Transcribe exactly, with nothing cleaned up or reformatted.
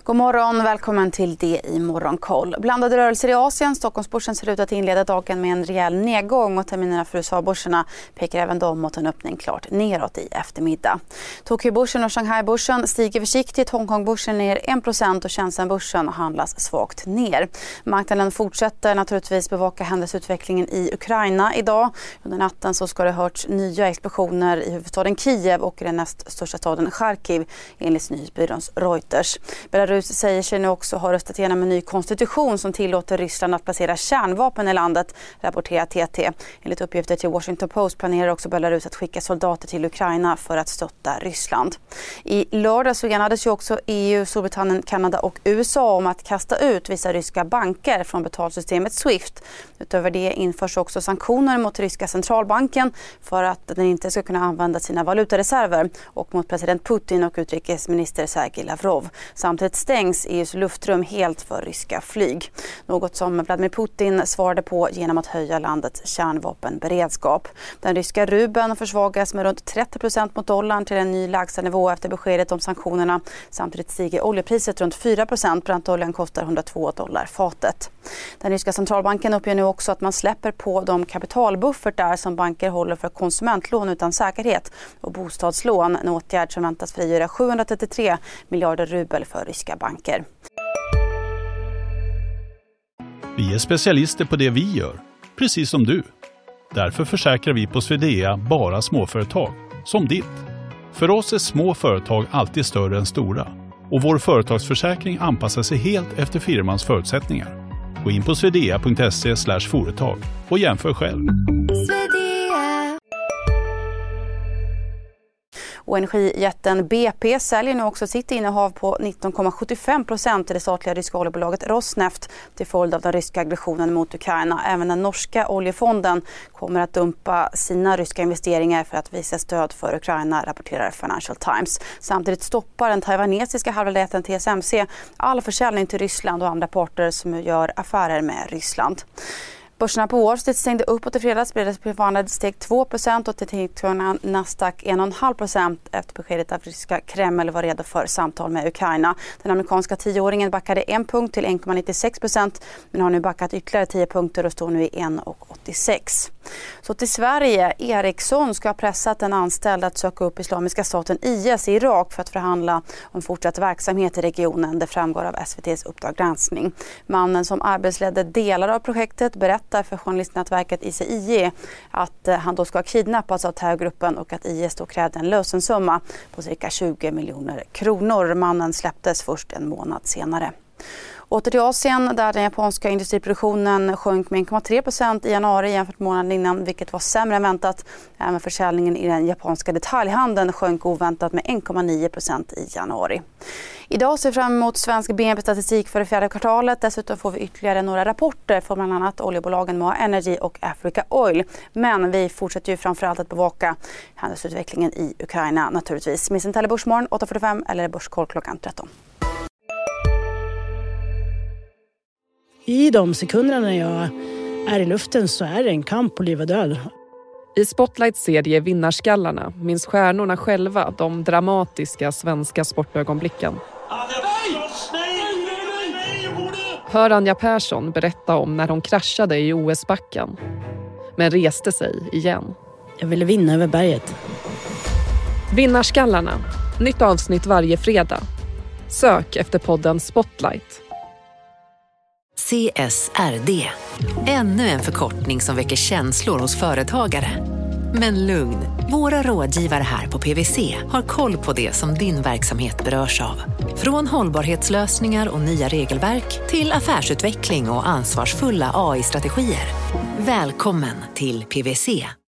God morgon, välkommen till det i Morgonkoll. Blandade rörelser i Asien. Stockholmsbörsen ser ut att inleda dagen med en rejäl nedgång och terminerna för U S A-börserna pekar även de mot en öppning klart neråt i eftermiddag. Tokyo-börsen och Shanghai-börsen stiger försiktigt. Hongkong-börsen ner en procent och Shenzhen-börsen handlas svagt ner. Marknaden fortsätter naturligtvis bevaka händelseutvecklingen i Ukraina idag. Under natten så ska det hörts nya explosioner i huvudstaden Kiev och i den näst största staden Kharkiv enligt nyhetsbyråns Reuters. Belarus säger sig nu också ha röstat igenom en ny konstitution som tillåter Ryssland att placera kärnvapen i landet, rapporterar T T. Enligt uppgifter till Washington Post planerar också Belarus att skicka soldater till Ukraina för att stötta Ryssland. I lördag så enades ju också E U, Storbritannien, Kanada och U S A om att kasta ut vissa ryska banker från betalsystemet Swift. Utöver det införs också sanktioner mot ryska centralbanken för att den inte ska kunna använda sina valutareserver och mot president Putin och utrikesminister Sergej Lavrov. Samtidigt stängs E U:s luftrum helt för ryska flyg. Något som Vladimir Putin svarade på genom att höja landets kärnvapenberedskap. Den ryska rubeln försvagas med runt trettio procent mot dollarn till en ny lägsta nivå efter beskedet om sanktionerna. Samtidigt stiger oljepriset runt fyra procent. Brantoljan kostar hundratvå dollar fatet. Den ryska centralbanken uppger nu också att man släpper på de kapitalbuffertar som banker håller för konsumentlån utan säkerhet och bostadslån. En åtgärd som väntas frigöra sjuhundratrettiotre miljarder rubel för ryska banker. Vi är specialister på det vi gör, precis som du. Därför försäkrar vi på Swedea bara småföretag, som ditt. För oss är små företag alltid större än stora. Och vår företagsförsäkring anpassar sig helt efter firmans förutsättningar. Gå in på swedea punkt se slash företag och jämför själv. Och energijätten B P säljer nu också sitt innehav på nitton komma sjuttiofem procent i det statliga ryska oljebolaget Rosneft till följd av den ryska aggressionen mot Ukraina. Även den norska oljefonden kommer att dumpa sina ryska investeringar för att visa stöd för Ukraina, rapporterar Financial Times. Samtidigt stoppar den taiwanesiska halvledarjätten T S M C all försäljning till Ryssland och andra parter som gör affärer med Ryssland. Börserna på Wall Street stängde uppåt i fredags, bredaspriset steg två procent och till Nasdaq en komma fem procent efter beskedet att ryska Kreml var redo för samtal med Ukraina. Den amerikanska tioåringen backade en punkt till en komma nittiosex procent men har nu backat ytterligare tio punkter och står nu i en komma åttiosex. Så till Sverige. Ericsson ska ha pressat en anställd att söka upp Islamiska staten I S i Irak för att förhandla om fortsatt verksamhet i regionen. Det framgår av S V T:s Uppdrag granskning. Mannen som arbetsledde delar av projektet berättar för journalistnätverket I C I E att han då ska ha kidnappats av terrorgruppen och att I S då krävde en lösensumma på cirka tjugo miljoner kronor. Mannen släpptes först en månad senare. Åter till Asien där den japanska industriproduktionen sjönk med en komma tre procent i januari jämfört med månaden innan, vilket var sämre än väntat. Även försäljningen i den japanska detaljhandeln sjönk oväntat med en komma nio procent i januari. Idag ser vi fram emot svensk B N P-statistik för det fjärde kvartalet. Dessutom får vi ytterligare några rapporter från bland annat oljebolagen Moa Energy och Africa Oil. Men vi fortsätter ju framförallt att bevaka händelseutvecklingen i Ukraina naturligtvis. Missa inte Börsmorgon åtta fyrtiofem eller Börskoll klockan tretton. I de sekunderna när jag är i luften så är det en kamp på liv och död. I Spotlights serie Vinnarskallarna minns stjärnorna själva de dramatiska svenska sportögonblicken. Hör Anja Persson berätta om när hon kraschade i O S-backen. Men reste sig igen. Jag ville vinna över berget. Vinnarskallarna. Nytt avsnitt varje fredag. Sök efter podden Spotlight. C S R D. Ännu en förkortning som väcker känslor hos företagare. Men lugn, våra rådgivare här på P W C har koll på det som din verksamhet berörs av. Från hållbarhetslösningar och nya regelverk till affärsutveckling och ansvarsfulla A I-strategier. Välkommen till P W C.